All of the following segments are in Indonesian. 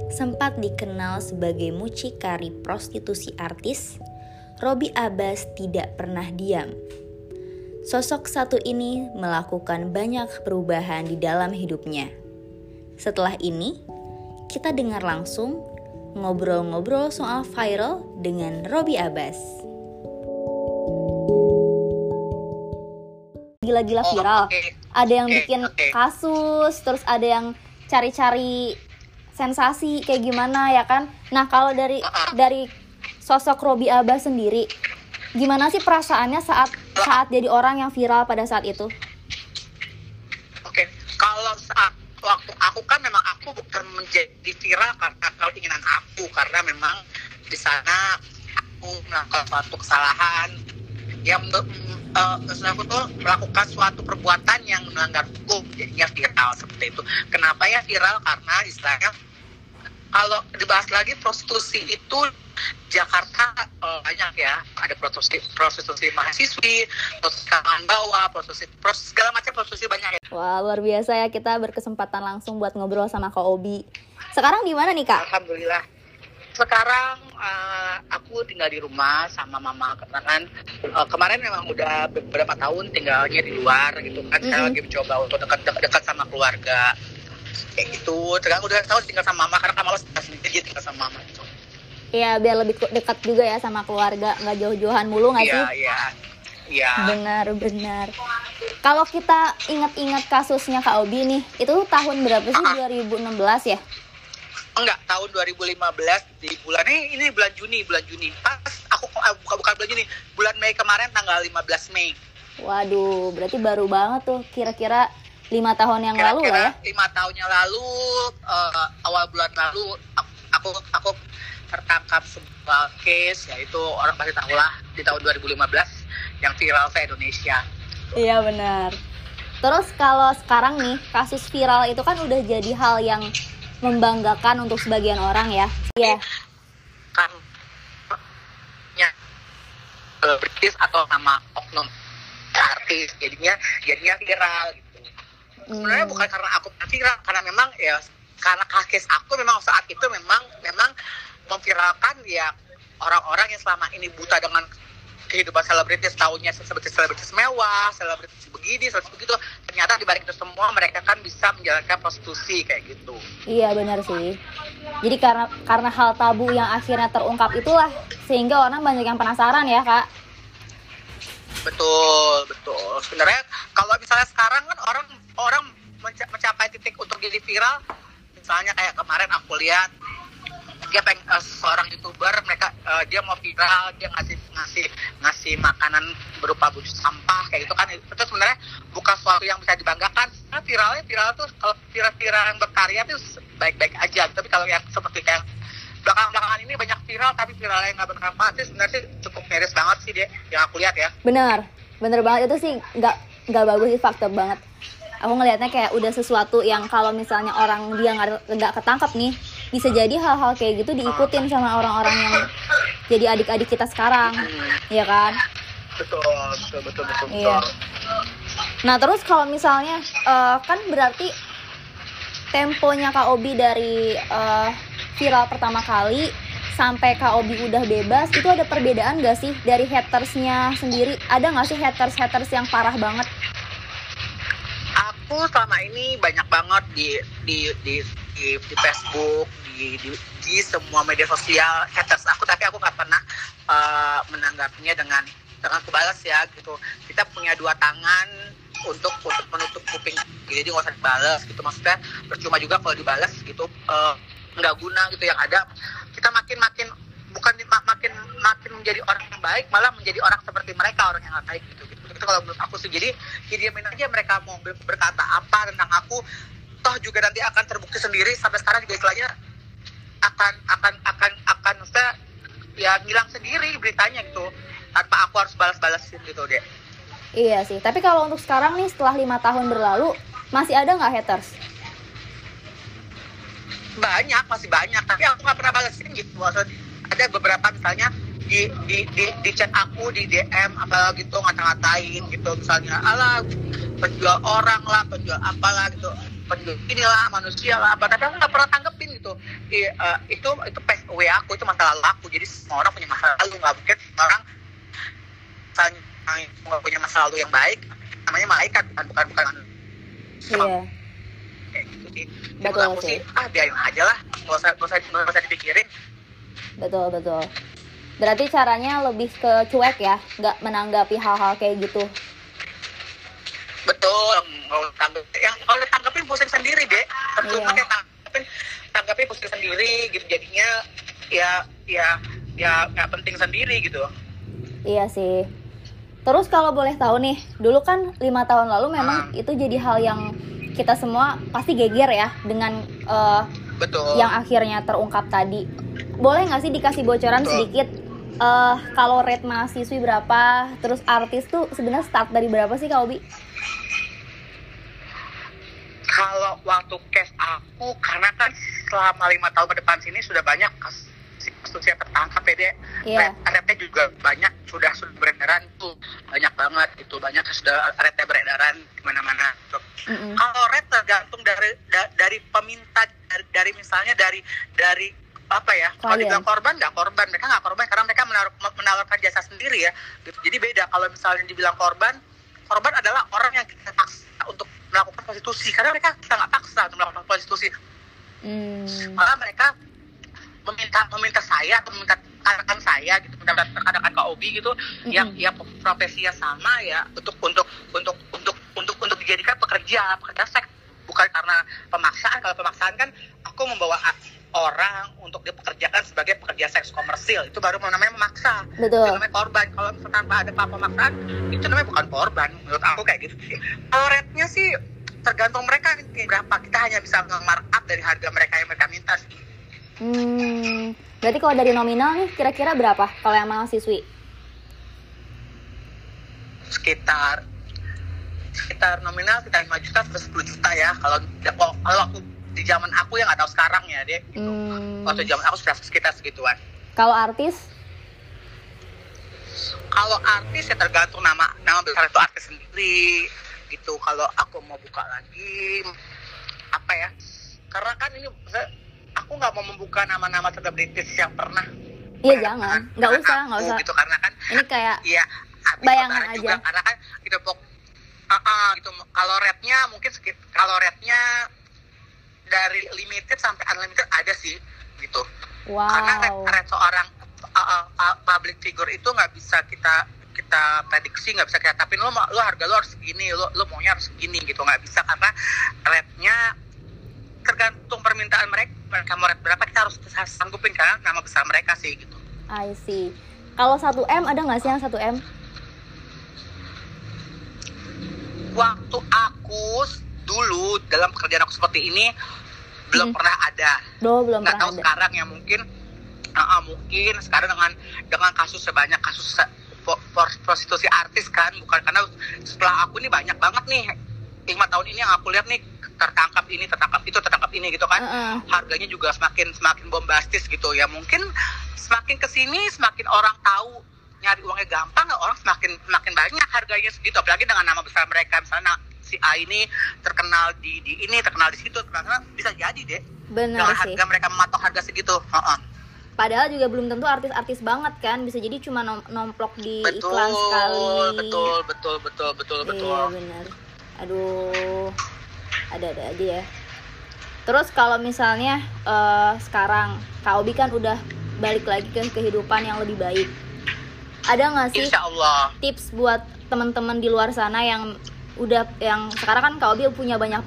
Sempat dikenal sebagai mucikari prostitusi artis, Robby Abbas tidak pernah diam. Sosok satu ini melakukan banyak perubahan di dalam hidupnya. Setelah ini, kita dengar langsung ngobrol-ngobrol soal viral dengan Robby Abbas. Gila-gila viral. Ada yang bikin kasus, terus ada yang cari-cari sensasi kayak gimana ya kan. Nah, kalau dari sosok Robby Abbas sendiri, gimana sih perasaannya saat jadi orang yang viral pada saat itu? Kalau saat waktu aku kan memang aku bukan menjadi viral karena keinginan aku, karena memang di sana aku melakukan suatu kesalahan yang aku tuh melakukan suatu perbuatan yang melanggar hukum, jadinya viral seperti itu. Kenapa ya viral? Karena istilahnya kalau dibahas lagi prostitusi itu Jakarta banyak ya, ada prostitusi mahasiswi, prostitusi kalangan bawah, prostitusi segala macam prostitusi banyak ya. Wah, luar biasa ya, kita berkesempatan langsung buat ngobrol sama Kak Obi. Sekarang di mana nih, Kak? Alhamdulillah. Sekarang aku tinggal di rumah sama mama, karena kan kemarin memang udah beberapa tahun tinggalnya di luar gitu kan. Saya lagi mencoba untuk dekat sama keluarga kayak gitu. Sekarang udah tahun tinggal sama mama karena mama sendiri, dia tinggal sama mama gitu. Iya, biar lebih dekat juga ya sama keluarga, nggak jauh-jauhan mulu nggak sih? Iya. Benar. Kalau kita ingat-ingat kasusnya Kak Obi nih, itu tahun berapa sih? 2016 ya? Enggak, tahun 2015 di bulan ini bulan Juni. Pas aku bukan bulan Juni, bulan Mei kemarin tanggal 15 Mei. Waduh, berarti baru banget tuh, kira-kira 5 tahun yang lalu lah ya? 5 tahun yang lalu, awal bulan lalu aku tertangkap sebuah case, yaitu orang pasti tahu lah, di tahun 2015 yang viral se Indonesia. Iya benar. Terus kalau sekarang nih, kasus viral itu kan udah jadi hal yang membanggakan untuk sebagian orang ya. Iya. Kan ya selebritis atau nama oknum artis jadinya viral gitu. Sebenarnya bukan karena aku viral, karena memang ya karena case aku memang saat itu memang memviralkan ya orang-orang yang selama ini buta dengan kehidupan selebritis, tahunya selebritis mewah, selebritis begini, selebritis begitu. Ternyata di balik itu semua mereka kan bisa menjalankan prostitusi kayak gitu. Iya benar sih. Jadi karena hal tabu yang akhirnya terungkap itulah sehingga orang banyak yang penasaran ya, Kak. Betul. Sebenarnya kalau misalnya sekarang kan orang mencapai titik untuk jadi viral, misalnya kayak kemarin aku lihat dia seorang YouTuber, dia mau viral, dia ngasih makanan berupa bungkus sampah kayak gitu kan. Itu sebenarnya bukan sesuatu yang bisa dibanggakan. Nah, viral tuh kalau viral yang berkarya tuh baik-baik aja. Tapi kalau yang seperti kayak belakangan ini banyak viral tapi viral yang nggak bermanfaat sih, sebenarnya sih cukup miris banget sih dia yang aku lihat ya. Bener banget, itu sih nggak bagus sih, fakta banget. Aku ngelihatnya kayak udah sesuatu yang kalau misalnya orang dia nggak ketangkap nih, bisa jadi hal-hal kayak gitu diikutin sama orang-orang yang jadi adik-adik kita sekarang, ya kan? Betul. Iya. Nah terus kalau misalnya kan berarti temponya Kak Obi dari viral pertama kali sampai Kak Obi udah bebas, itu ada perbedaan gak sih dari hatersnya sendiri? Ada gak sih haters yang parah banget? Aku selama ini banyak banget di Facebook, di semua media sosial haters aku, tapi aku nggak pernah menanggapinya dengan kebalas ya gitu. Kita punya 2 tangan untuk menutup kuping, jadi nggak usah dibalas gitu. Maksudnya percuma juga kalau dibalas gitu, nggak guna gitu. Yang ada kita makin menjadi orang yang baik, malah menjadi orang seperti mereka, orang yang nggak baik gitu. Itu kalau menurut aku sih. Jadi diamin aja mereka mau berkata apa tentang aku, toh juga nanti akan terbukti sendiri. Sampai sekarang juga istilahnya akan maksudnya ya ngilang sendiri beritanya gitu, tanpa aku harus balas-balasin gitu deh. Iya sih, tapi kalau untuk sekarang nih setelah 5 tahun berlalu, masih ada nggak haters? Masih banyak, tapi aku nggak pernah balasin gitu. Maksudnya ada beberapa misalnya di chat aku, di DM apa gitu, ngata-ngatain gitu, misalnya alah penjual orang lah, penjual apalah gitu. inilah manusia lah apa, tapi aku nggak pernah tanggepin gitu. Itu pes WA aku, itu masa lalu aku. Jadi semua orang punya masa lalu, nggak mungkin orang nggak punya masa lalu yang baik, namanya malaikat bukan Iya. kayak gitu sih. Betul Aku sih. sih biarin aja lah, nggak usah dipikirin. Betul. Berarti caranya lebih ke cuek ya, nggak menanggapi hal-hal kayak gitu. Betul, kalau tanggapin pusing sendiri deh. Percuma kayak tanggapin pusing sendiri gitu, jadinya ya nggak penting sendiri gitu. Iya sih. Terus kalau boleh tahu nih, dulu kan 5 tahun lalu memang itu jadi hal yang kita semua pasti geger ya dengan Betul. yang akhirnya terungkap tadi. Boleh nggak sih dikasih bocoran sedikit kalau rate mahasiswi berapa, terus artis tuh sebenarnya start dari berapa sih Kak Obi? Kalau waktu case aku, karena kan selama 5 tahun ke depan sini sudah banyak kasus yang tertangkap ya deh. Iya. Rate juga banyak, sudah beredaran tuh banyak banget itu, banyak sudah rate beredaran di mana-mana. Kalau rate tergantung dari peminta, dari misalnya dari apa ya, kalau dibilang korban nggak korban, mereka nggak korban karena mereka menawarkan jasa sendiri ya gitu. Jadi beda kalau misalnya dibilang korban adalah orang yang kita paksa untuk melakukan prostitusi, karena mereka kita nggak paksa untuk melakukan prostitusi. Malah mereka meminta saya atau meminta rekan saya gitu, meminta rekan Kak Obi gitu, yang ya profesinya sama ya, untuk dijadikan pekerja seks, bukan karena pemaksaan. Kalau pemaksaan kan aku membawa orang untuk dipekerjakan sebagai pekerja seks komersil, itu baru namanya memaksa. Betul. Itu namanya korban. Kalau misalkan tanpa ada pemaksaan, itu namanya bukan korban. Menurut aku kayak gitu sih. Kalau rate-nya sih tergantung mereka berapa. Kita hanya bisa nge-markup dari harga mereka yang mereka minta sih. Berarti kalau dari nominal nih kira-kira berapa kalau yang mahasiswi? Sekitar nominal sekitar 5 juta sampai 10 juta ya. Kalau aku di zaman aku yang nggak tahu sekarang ya deh. Gitu. Waktu zaman aku sudah sekitar segituan. Kalau artis? Kalau artis ya tergantung nama besar itu artis sendiri gitu. Kalau aku mau buka lagi apa ya? Karena kan ini aku nggak mau membuka nama-nama selebritis yang pernah. Iya jangan, nggak usah. Gitu, karena kan ini kayak iya, bayangan aja. juga, karena kan gitu gitu. Kalau rate-nya dari limited sampai unlimited ada sih gitu. Wow. Karena rate seorang public figure itu nggak bisa kita prediksi, nggak bisa kita tapin lo harga lo harus segini, lo maunya harus segini gitu, nggak bisa, karena rate-nya tergantung permintaan mereka mau rate berapa, kita harus sanggupin karena nama besar mereka sih gitu. I see. Kalau 1M ada nggak sih yang 1M? Waktu aku dulu dalam pekerjaan aku seperti ini belum pernah ada. Belum nggak pernah tahu ada. Sekarang ya mungkin sekarang dengan kasus sebanyak kasus prostitusi artis kan, bukan karena setelah aku ini banyak banget nih 5 tahun ini yang aku lihat nih, tertangkap ini gitu kan. Harganya juga semakin bombastis gitu ya. Mungkin semakin kesini semakin orang tahu nyari uangnya gampang, orang semakin banyak harganya segitu, apalagi dengan nama besar mereka. Misalnya si A ini terkenal di ini, terkenal di situ, terkenal, bisa jadi deh. Benar dengan sih. harga mereka mematok harga segitu. Padahal juga belum tentu artis-artis banget kan, bisa jadi cuma nomplok di iklan sekali. Betul. Iya benar. Aduh, ada aja ya. Terus kalau misalnya sekarang Kak Obi kan udah balik lagi ke kehidupan yang lebih baik, ada nggak sih tips buat teman-teman di luar sana yang sekarang kan Kak Obi punya banyak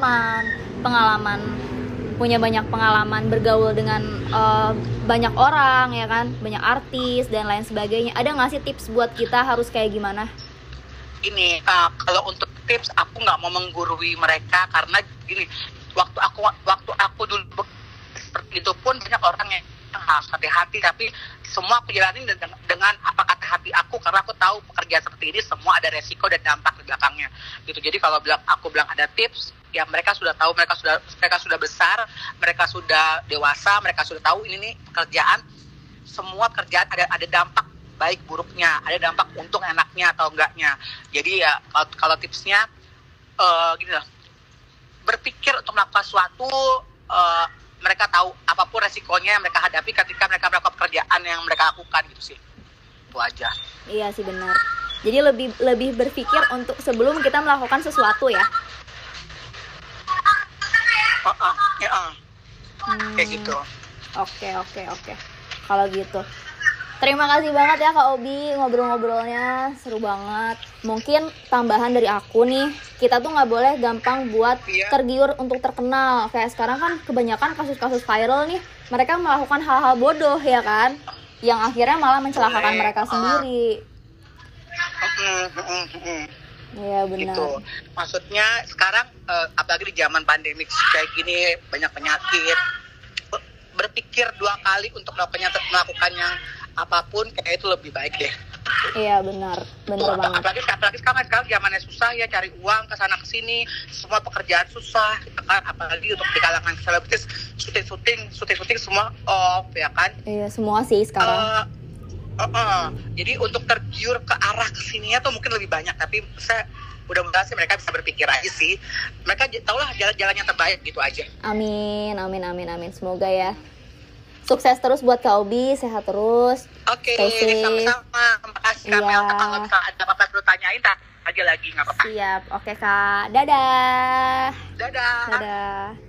pengalaman bergaul dengan banyak orang ya kan, banyak artis dan lain sebagainya. Ada nggak sih tips buat kita harus kayak gimana? Ini kalau untuk tips, aku nggak mau menggurui mereka, karena gini, waktu aku dulu seperti itu pun banyak orang yang harus hati-hati, tapi semua aku jalanin dengan apa kata hati aku, karena aku tahu pekerjaan seperti ini semua ada resiko dan dampak di belakangnya gitu. Jadi kalau aku bilang ada tips, ya mereka sudah tahu, mereka sudah besar, mereka sudah dewasa, mereka sudah tahu ini nih pekerjaan, semua pekerjaan ada dampak baik buruknya, ada dampak untung enaknya atau enggaknya. Jadi ya kalau tipsnya gini lah, berpikir untuk melakukan sesuatu, mereka tahu apapun resikonya yang mereka hadapi ketika mereka melakukan pekerjaan yang mereka lakukan gitu sih. Itu aja. Iya sih benar. Jadi lebih berpikir untuk sebelum kita melakukan sesuatu ya. Kayak gitu. Oke. Kalau gitu. Terima kasih banget ya Kak Obi, ngobrol-ngobrolnya seru banget. Mungkin tambahan dari aku nih, kita tuh nggak boleh gampang buat tergiur untuk terkenal. Kayak sekarang kan kebanyakan kasus-kasus viral nih, mereka melakukan hal-hal bodoh ya kan, yang akhirnya malah mencelakakan mereka sendiri. Iya benar. Gitu. Maksudnya sekarang apalagi di zaman pandemi kayak gini, banyak penyakit, berpikir 2 kali untuk melakukan yang apapun kayak itu lebih baik deh. Iya benar banget. Apalagi sekarang zamannya susah ya, cari uang ke sana ke sini, semua pekerjaan susah, ya kan? Apalagi untuk di kalangan selebritis, syuting semua off ya kan. Iya semua sih sekarang. Jadi untuk tergiur ke arah kesininya tuh mungkin lebih banyak, tapi saya mudah-mudahan sih mereka bisa berpikir aja sih. Mereka tahulah jalan-jalan yang terbaik gitu aja. Amin. Semoga ya. Sukses terus buat Kak Obi, sehat terus. Oke, sama-sama. Makasih Kamel. Kalau misalnya ada apa-apa perlu tanyain, tak aja lagi nggak apa-apa. Siap. Oke Kak. Dadah. Dadah.